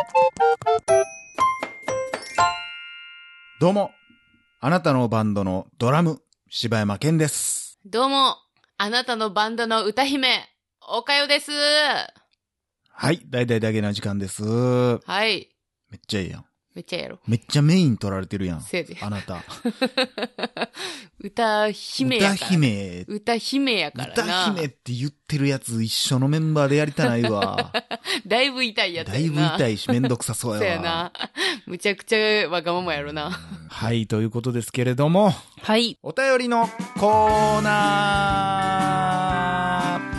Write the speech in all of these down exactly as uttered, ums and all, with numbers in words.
どうも、あなたのバンドのドラム、柴山健です。 どうも、あなたのバンドの歌姫、おかよです。 はい、大々だけな時間です。 はい。 めっちゃいいやん。 めっちゃやろ。 めっちゃメイン取られてるやん。 せやで。 あなた。 歌姫やから。 歌姫。 歌姫やからな。 歌姫って言ってるやつ一緒のメンバーでやりたないわ。 だいぶ痛いやつやな。 だいぶ痛いしめんどくさそうやわ。 そうやな。むちゃくちゃわがままやろな。 はい、ということですけれども。 はい。 お便りのコーナー。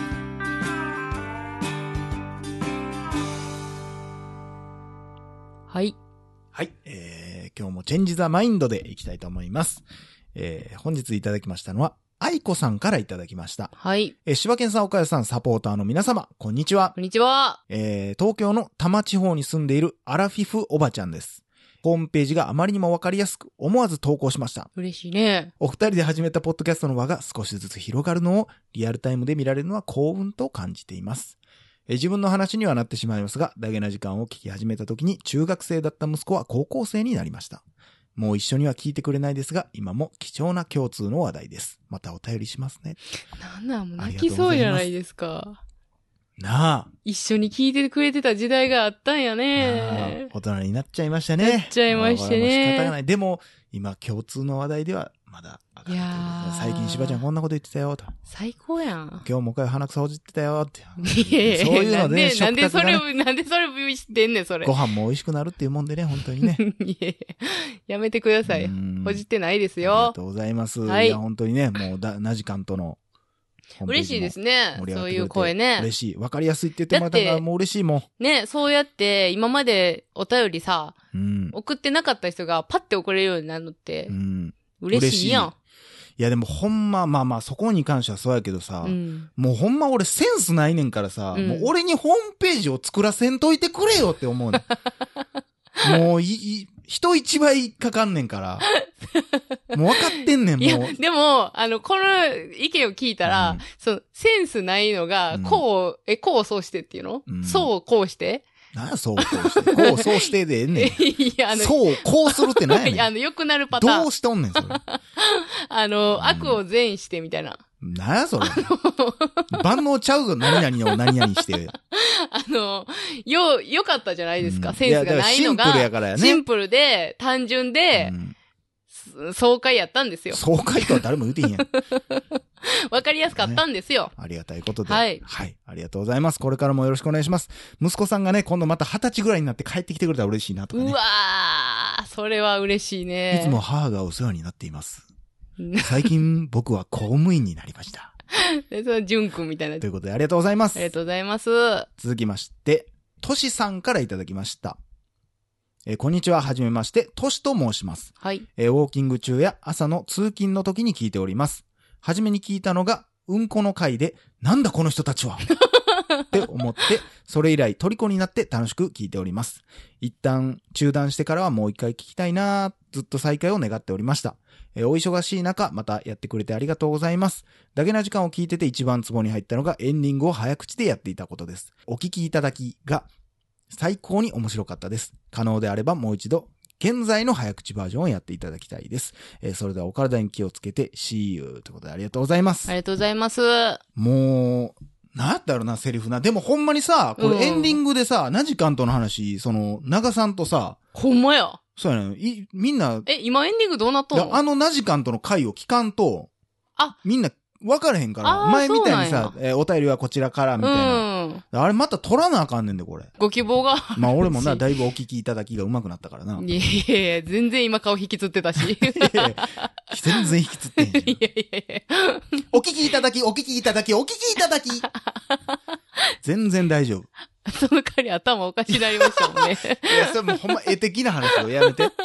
はい。 はい、えー、今日もチェンジザマインドでいきたいと思います。えー、本日いただきましたのは、愛子さんからいただきました。 はい。 えー、柴犬さん、岡谷さん、サポーターの皆様、こんにちは。 こんにちは。 えー、東京の多摩地方に住んでいるアラフィフおばちゃんです。ホームページがあまりにもわかりやすく、思わず投稿しました。 嬉しいね。 お二人で始めたポッドキャストの輪が少しずつ広がるのをリアルタイムで見られるのは幸運と感じています。自分の話にはなってしまいますが、ダゲな時間を聞き始めた時に中学生だった息子は高校生になりました。もう一緒には聞いてくれないですが、今も貴重な共通の話題です。またお便りしますね。 なんなん、もう泣きそうじゃないですか。 なあ。 一緒に聞いてくれてた時代があったんやね。 大人になっちゃいましたね。 なっちゃいましてね。 仕方がない。でも、今共通の話題ではまだ上がってる、ね。いや最近しばちゃんこんなこと言ってたよと。 最高やん。 今日もう一回鼻くそほじってたよって。 いやいやそういうので、ね、 なんで、なんでそれを、なんでそれを知ってんねん、それ。 ご飯も美味しくなるっていうもんでね、本当にね。 いやいややめてください。ほじってないですよ。 ありがとうございます。はい。いや、本当にね、もうだ、なじかんとの。 嬉しいですね。そういう声ね。 嬉しい。わかりやすいって言ってもらったからもう嬉しいもん。 ね、そうやって今までお便りさ、うん、送ってなかった人がパッて送れるようになるのって、うん、嬉しいやん。 いやでもほんま、まあまあそこに関してはそうやけどさ、うん、もうほんま俺センスないねんからさ、うん、もう俺にホームページを作らせんといてくれよって思うねん。もうい、い、人一倍かかんねんから。もう分かってんねん、もう。いや、 でも、あの、この意見を聞いたら、うん、その、センスないのが、こう、うん、え、こうそうしてっていうの、うん、そうこうしてなんや、そうこうして。こうそうしてでええねん。いや、あの、そう、こうするって何やねん。いや、 あの、良くなるパターン。 どうしとんねん、それ。 あの、うん、悪を善してみたいな。 なんや、それ。万能ちゃうぞ、何々を何々して。 あの、よ、良かったじゃないですか、うん、センスがないのが。 シンプルやからやね。 シンプルで、単純で、うん、爽快やったんですよ。 爽快とは誰も言うてへんやん。 わかりやすかったんですよ、 ね。ありがたいことで。 はい。 はい。ありがとうございます。これからもよろしくお願いします。息子さんがね、今度また二十歳ぐらいになって帰ってきてくれたら嬉しいなとかね。 うわー、それは嬉しいね。 いつも母がお世話になっています。最近僕は公務員になりました。 で、その、ジュン君みたいな。 ということでありがとうございます。 ありがとうございます。 続きまして、トシさんからいただきました。えー、こんにちは。はじめまして、トシと申します。 はい。 えー、ウォーキング中や朝の通勤の時に聞いております。はじめに聞いたのが、うんこの回で、なんだこの人たちはって思って、それ以来虜になって楽しく聞いております。一旦中断してからはもう一回聞きたいなぁ、ずっと再開を願っておりました。えー、お忙しい中、またやってくれてありがとうございます。だけな時間を聞いてて一番ツボに入ったのがエンディングを早口でやっていたことです。お聞きいただきが最高に面白かったです。可能であればもう一度、現在の早口バージョンをやっていただきたいです。えー、それではお体に気をつけて、See you ということでありがとうございます。 ありがとうございます。 もう、なんやったろな、セリフな。でもほんまにさ、これエンディングでさ、ナジカンとの話、その、長さんとさ、 ほんまや。 そうやね。い、みんな。 え、今エンディングどうなっとんの？ あのナジカンとの回を聞かんと、 あ、 みんな分からへんから。前みたいにさ、えー、お便りはこちらからみたいな。うん。あれまた取らなあかんねんで、これ。 ご希望が。 まあ俺もな、だいぶお聞きいただきが上手くなったからな。 いやいやいや、全然今顔引きつってたし。いやいや全然引きつってへんし。 いやいやいや。 お聞きいただき、お聞きいただき、お聞きいただき。全然大丈夫。 その代わり頭おかしになりましたもんね。 いや、それもうほんま絵的な話をやめて。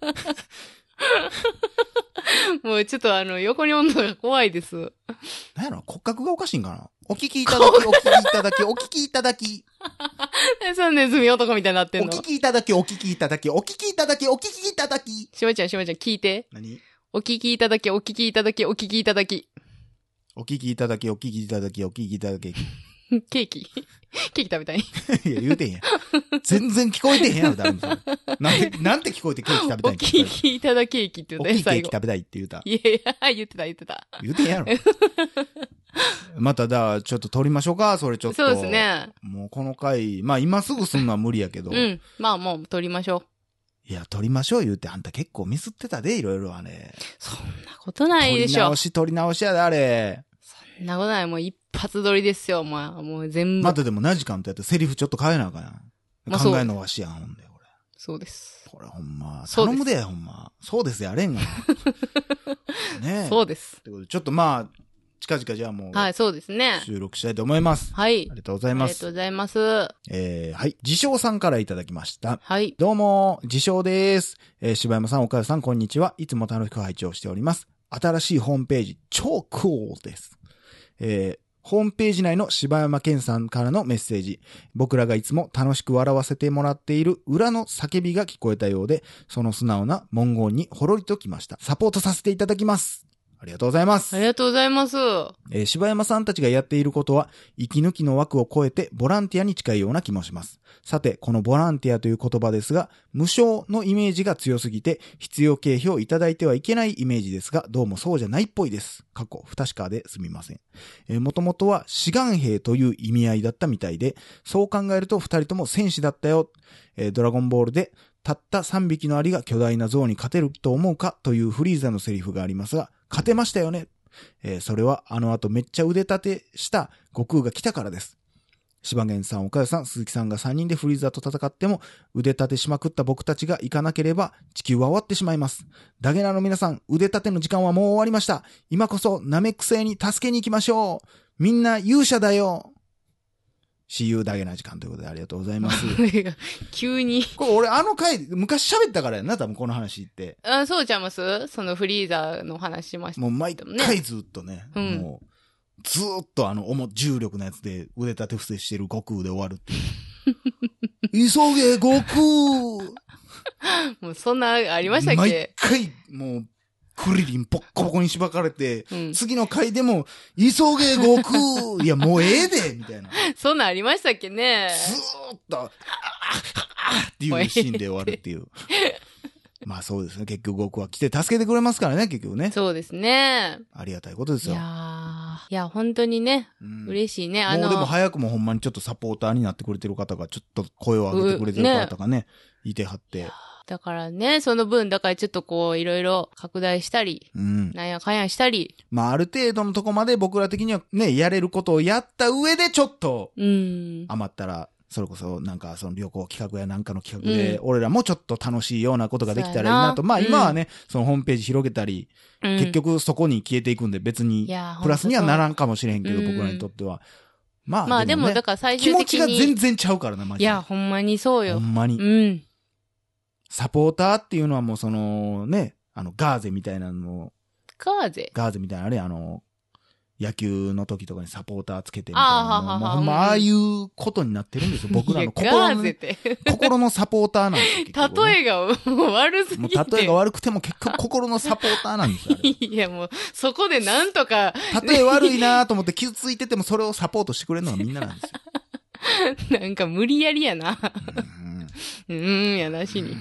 もうちょっとあの、横におんのが怖いです。 なんやろ、骨格がおかしいんかな。お聞きいただき、お聞きいただき、お聞きいただき。 そのネズミ男みたいになってんの。 お聞きいただき、お聞きいただき、お聞きいただき、お聞きいただき。 しまちゃん、しまちゃん、聞いて。 何？ お聞きいただき、お聞きいただき、お聞きいただき。 お聞きいただき、お聞きいただき、お聞きいただき。 ケーキケーキ食べたい。 いや、言うてんや。 全然聞こえてへんやろ、誰もそれ。なんで、なんて聞こえてケーキ食べたいおん聞きいただケーキって言う大きいケーね、最後。 キ食べたいって言うた。 いやいや、言ってた言ってた。 言うてへんやろ。まただ、ちょっと撮りましょうか、それちょっと。 そうですね。 もうこの回、まあ今すぐすんのは無理やけど。 うん。まあもう撮りましょう。 いや、撮りましょう言うて、あんた結構ミスってたで、いろいろはね。 そんなことないでしょ。 撮り直し、撮り直しやで、あれ。 そんなことない。もう一発撮りですよ。まあ、もう全部。 またでも何時間とやってセリフちょっと変えなあかんやん。 まあ考えんのわしやん、ほんで、これ。 そうです。 これほんま。 そうです頼むで、ほんま。そうですやれんがな。ねえ。 そうです。 ということで、ちょっとまあ、近々じゃあもう、 はい、そうですね。 収録したいと思います。 はい。 ありがとうございます。 ありがとうございます。 えー、はい。自称さんからいただきました。 はい。 どうも、自称です。えー、柴山さん、岡田さん、こんにちは。いつも楽しく拝聴しております。新しいホームページ、超クールです。えー、ホームページ内の柴山健さんからのメッセージ。僕らがいつも楽しく笑わせてもらっている裏の叫びが聞こえたようで、その素直な文言にほろりときました。サポートさせていただきます。ありがとうございます。 ありがとうございます。 えー、柴山さんたちがやっていることは、息抜きの枠を超えてボランティアに近いような気もします。さて、このボランティアという言葉ですが、無償のイメージが強すぎて、必要経費をいただいてはいけないイメージですが、どうもそうじゃないっぽいです。過去、不確かですみません。えー、もともとは志願兵という意味合いだったみたいで、そう考えると二人とも戦士だったよ。えー、ドラゴンボールで、たったさんびきのアリが巨大な象に勝てると思うかというフリーザのセリフがありますが、勝てましたよね。えー、それはあの後めっちゃ腕立てした悟空が来たからです。柴源さん、岡田さん、鈴木さんがさんにんでフリーザと戦っても腕立てしまくった僕たちが行かなければ地球は終わってしまいます。ダゲナの皆さん、腕立ての時間はもう終わりました。今こそナメック星に助けに行きましょう。みんな勇者だよ。See you ダゲな時間ということでありがとうございます。 急に。 これ俺あの回、昔喋ったからやな、多分この話って。 あ、そうちゃいますそのフリーザの話しました、ね。 もう毎回ずっとね、 うん、 もう、ずーっとあの、重、重力のやつで腕立て伏せしてる悟空で終わるっていう。急げ、悟空もうそんな、ありましたっけ？ 毎回、もう、クリリンポッコポコにしばかれて、 うん、 次の回でも、急げ、悟空いや、もうええでみたいな。 そんなんありましたっけね？ ずーっと、ああっていうシーンで終わるっていう。まあそうですね。結局僕は来て助けてくれますからね、結局ね。 そうですね。 ありがたいことですよ。 いやー、いや、本当にね、うん、嬉しいね。 あの、もうでも早くもほんまにちょっとサポーターになってくれてる方が、ちょっと声を上げてくれてる方がね、ねいてはって。 だからね、その分、だからちょっとこう、いろいろ拡大したり、 うん、 なんやかんやしたり。 まあある程度のとこまで僕ら的にはね、やれることをやった上でちょっと、 うん、 余ったら、それこそなんかその旅行企画やなんかの企画で、俺らもちょっと楽しいようなことができたらいいなと。まあ今はね、そのホームページ広げたり、結局そこに消えていくんで別に、プラスにはならんかもしれへんけど、僕らにとっては。まあ、 まあでもだから最終的に。 気持ちが全然ちゃうからな、マジで。 いや、ほんまにそうよ。 ほんまに。 うん。 サポーターっていうのはもうそのね、あのガーゼみたいなのを。 ガーゼガーゼみたいなあれ、あの、野球の時とかにサポーターつけてみたいな。もうほんまああいうことになってるんですよ。僕らの心の、心のサポーターなんですよ。 ね、例えが悪すぎて。 もう例えが悪くても結局心のサポーターなんですよ。 いやもう、そこでなんとか。 例え悪いなと思って傷ついててもそれをサポートしてくれるのがみんななんですよ。なんか無理やりやな。うーん、やなしに。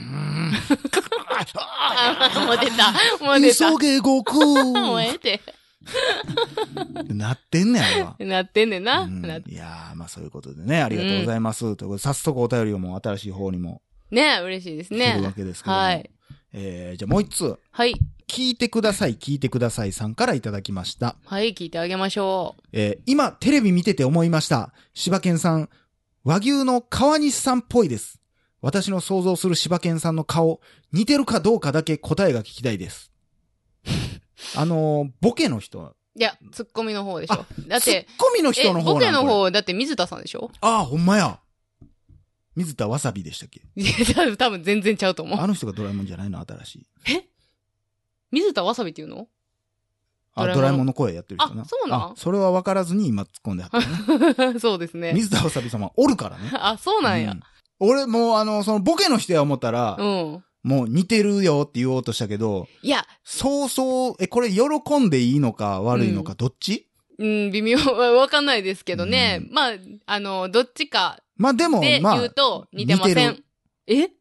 あもう出た。もう出た。 急げ悟空もうええて。 なってんねん、あれは。 なってんねんな。うん、 いやー、まあそういうことでね、ありがとうございます。うん、ということで、早速お便りをもう新しい方にも。 ね嬉しいですね。 来るわけですけども。 はい。 えー、じゃあもう一つ。 はい。 聞いてください、聞いてくださいさんからいただきました。 はい、聞いてあげましょう。 えー、今、テレビ見てて思いました。柴犬さん、和牛の川西さんっぽいです。私の想像する柴犬さんの顔、似てるかどうかだけ答えが聞きたいです。あのー、ボケの人。 いや、ツッコミの方でしょ。だって、 ツッコミの人の方なんボケの方、だって水田さんでしょ。 ああ、ほんまや。水田わさびでしたっけ。 いや、多分全然ちゃうと思う。 あの人がドラえもんじゃないの新しい。 え水田わさびっていうのあ、ドラえもんの声やってる人な。 あ、そうなんあ、それは分からずに今突っ込んではったね。そうですね。 水田わさび様おるからね。 あ、そうなんや。うん、 俺もうあの、そのボケの人や思ったら、 うん。 もう似てるよって言おうとしたけど、 いや、 そうそう、え、これ喜んでいいのか悪いのか、どっち？ うん、うん、微妙はわかんないですけどね。うん、まあ、あの、どっちか。 まあでも、 で、 まあ。 言うと似てません。ええ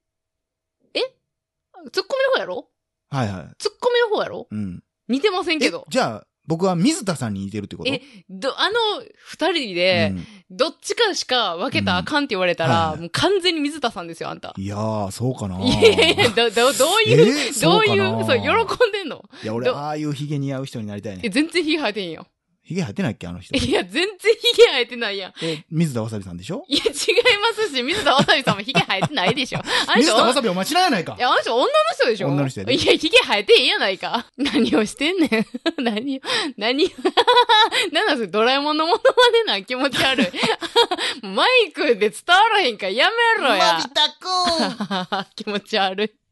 ツッコミの方やろ？ はいはい。 ツッコミの方やろ？うん。似てませんけど。 じゃあ、僕は水田さんに似てるってこと？ え、ど、あの二人で、どっちかしか分けたらあかんって言われたら、うんはいはい、もう完全に水田さんですよ、あんた。 いやー、そうかな。 いやいや、ど、ど、どういう、えー、どういう、そう、喜んでんの？ いや、俺、ああいうヒゲ似合う人になりたいね。 え、全然ヒゲ生えてんよ。 ヒゲ生えてないっけあの人。 いや、全然ヒゲ生えてないやん。 え、水田わさびさんでしょ？ いや、違いますし、水田わさびさんもヒゲ生えてないでしょ。 あ水田わさびお前知らんやないか。 いや、あの人女の人でしょ？ 女の人やで。 いや、ヒゲ生えてへんやないか。何をしてんねん。何を、何を、なんだそれ、ドラえもんのものまねな気持ち悪い。マイクで伝わらへんからやめろや。 のび太くん気持ち悪い。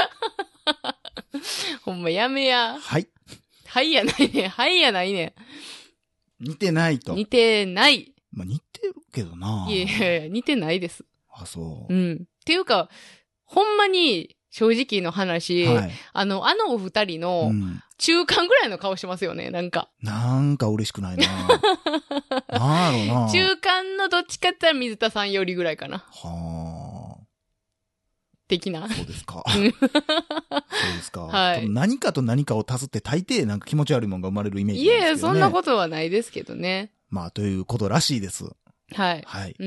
ほんまやめや。 はい。 はいやないねん。はいやないねん。似てないと。 似てない。 まあ、似てるけどな。 いやいやいや、似てないです。 あ、そう。 うん。っていうか、ほんまに正直の話、はい、あの、あのお二人の中間ぐらいの顔してますよね、なんか。 なんか嬉しくないな。なんやろな。 中間のどっちかって言ったら水田さんよりぐらいかな。 はあ。 的な。 そうですか。そうですか。はい。何かと何かを足すって大抵なんか気持ち悪いものが生まれるイメージなんですけどね。 いえ、そんなことはないですけどね。 まあ、ということらしいです。 はい。 はい。 うん。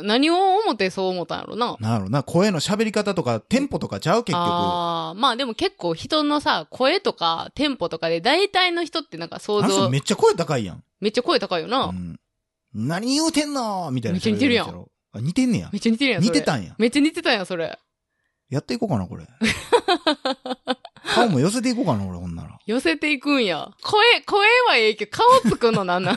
何を思ってそう思ったんやろな。 なるほどな。声の喋り方とか、テンポとかちゃう結局。 ああ、まあでも結構人のさ、声とか、テンポとかで大体の人ってなんか想像。 あの人めっちゃ声高いやん。 めっちゃ声高いよな。うん。 何言うてんのみたいな。 めっちゃ似てるやん。 あ、似てんねや。 めっちゃ似てるやん。 似てたんや。 めっちゃ似てたんや、それ。 やっていこうかな、これ。顔も寄せていこうかな、俺、ほんなら。 寄せていくんや。声、声はええけど、顔つくのなんなん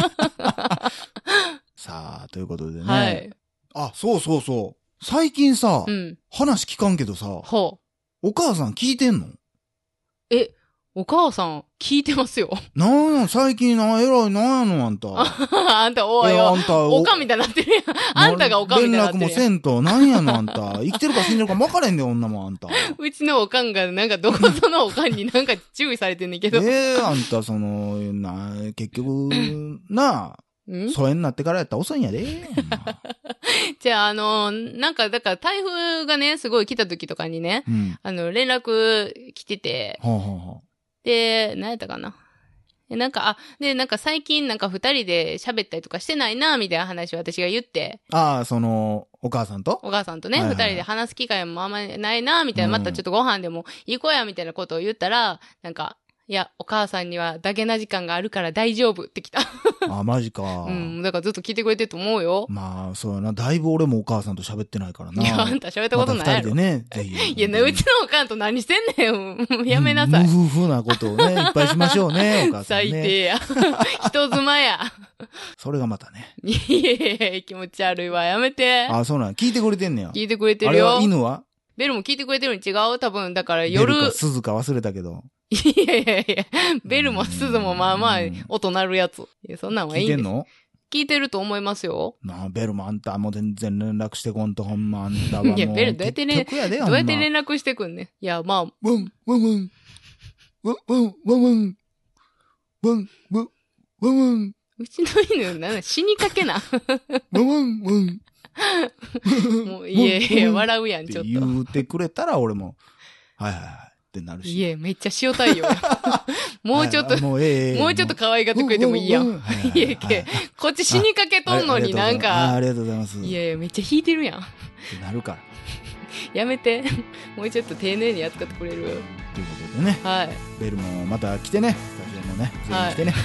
さあ、ということでね。 はい。 あ、そうそうそう。最近さ、うん、話聞かんけどさ、 はあ、 お母さん聞いてんの？ え、お母さん聞いてますよ。 なんや、最近な、えらい、なんやの、あんた。 あんた、おいよ。あんた、おかみたいになってるやん。あんたがおかみたいになってるやん。 連絡もせんと、なんやの、あんた。生きてるか死んでるか分かれんで、女もあんた。 うちのおかんが、なんか、どこぞのおかんになんか注意されてんねんけど。 ええー、あんた、その、な、結局、なあ。疎遠になってからやったら遅いんやで。 じゃあ、あの、なんか、だから台風がね、すごい来た時とかにね、うん、あの、連絡来てて、 ほうほうほうで、何やったかな。なんか、あ、で、なんか最近なんか二人で喋ったりとかしてないな、みたいな話を私が言って。 ああ、その、お母さんとお母さんとね、二、はいはい、人で話す機会もあんまりないな、みたいな、うん、またちょっとご飯でも行こうや、みたいなことを言ったら、なんか、いや、お母さんにはダゲな時間があるから大丈夫ってきた。 あ、マジか。 うん。だからずっと聞いてくれてると思うよ。 まあ、そうやな。だいぶ俺もお母さんと喋ってないからな。 いや、あんた喋ったことないやろ。 また二人でね、ぜひ。 いや、うちのお母んと何してんねん。やめなさい。 無夫婦なことをね、いっぱいしましょうね、お母さん、ね。 最低や。人妻や。 それがまたね。 いやいやいや、気持ち悪いわ。やめて。 あ、そうなん。聞いてくれてんねや。 聞いてくれてるよ。 あれは犬はベルも聞いてくれてるに違う多分、だから夜。 ベルか鈴か忘れたけど。 いやいやいや、ベルもスズもまあまあ音鳴るやつ。いや、そんなんはいいんです。 聞いてんの？ 聞いてると思いますよ。 なあ、ベルもあんたもう全然連絡してこんと、ほんまあんたはもう。 いや、ベルどうやってね、どうやって連絡してくんねん。いや、まあ。 ワン、ワンワン。ワン、ワン、ワンワン。ワン、ワン、ワンワン。 うちの犬、なんだ、死にかけな。 ワンワン、ワン。 もう、いやいや、笑うやん、ちょっと。 言うてくれたら俺も、はいはいはい。ってなるし。 いえ、めっちゃ塩対応や。もうちょっと、もうええ、もうちょっと可愛がってくれてもいいやん。いえ、こっち死にかけとんのになんか。 ありがとうございます。 いやいや、めっちゃ引いてるやん。ってなるから。 やめて。もうちょっと丁寧に扱ってくれる。 ということでね。 はい。 ベルもまた来てね。スタジオもね。ぜひ来てね。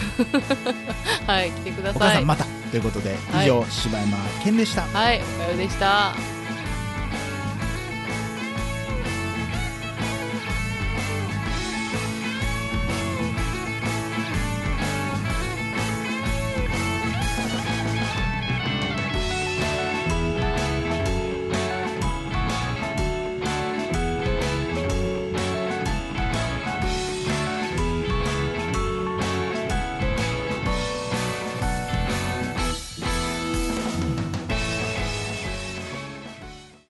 はい、来てください。 お母さんまた。ということで、以上、柴山健でした。 はい、おかよでした。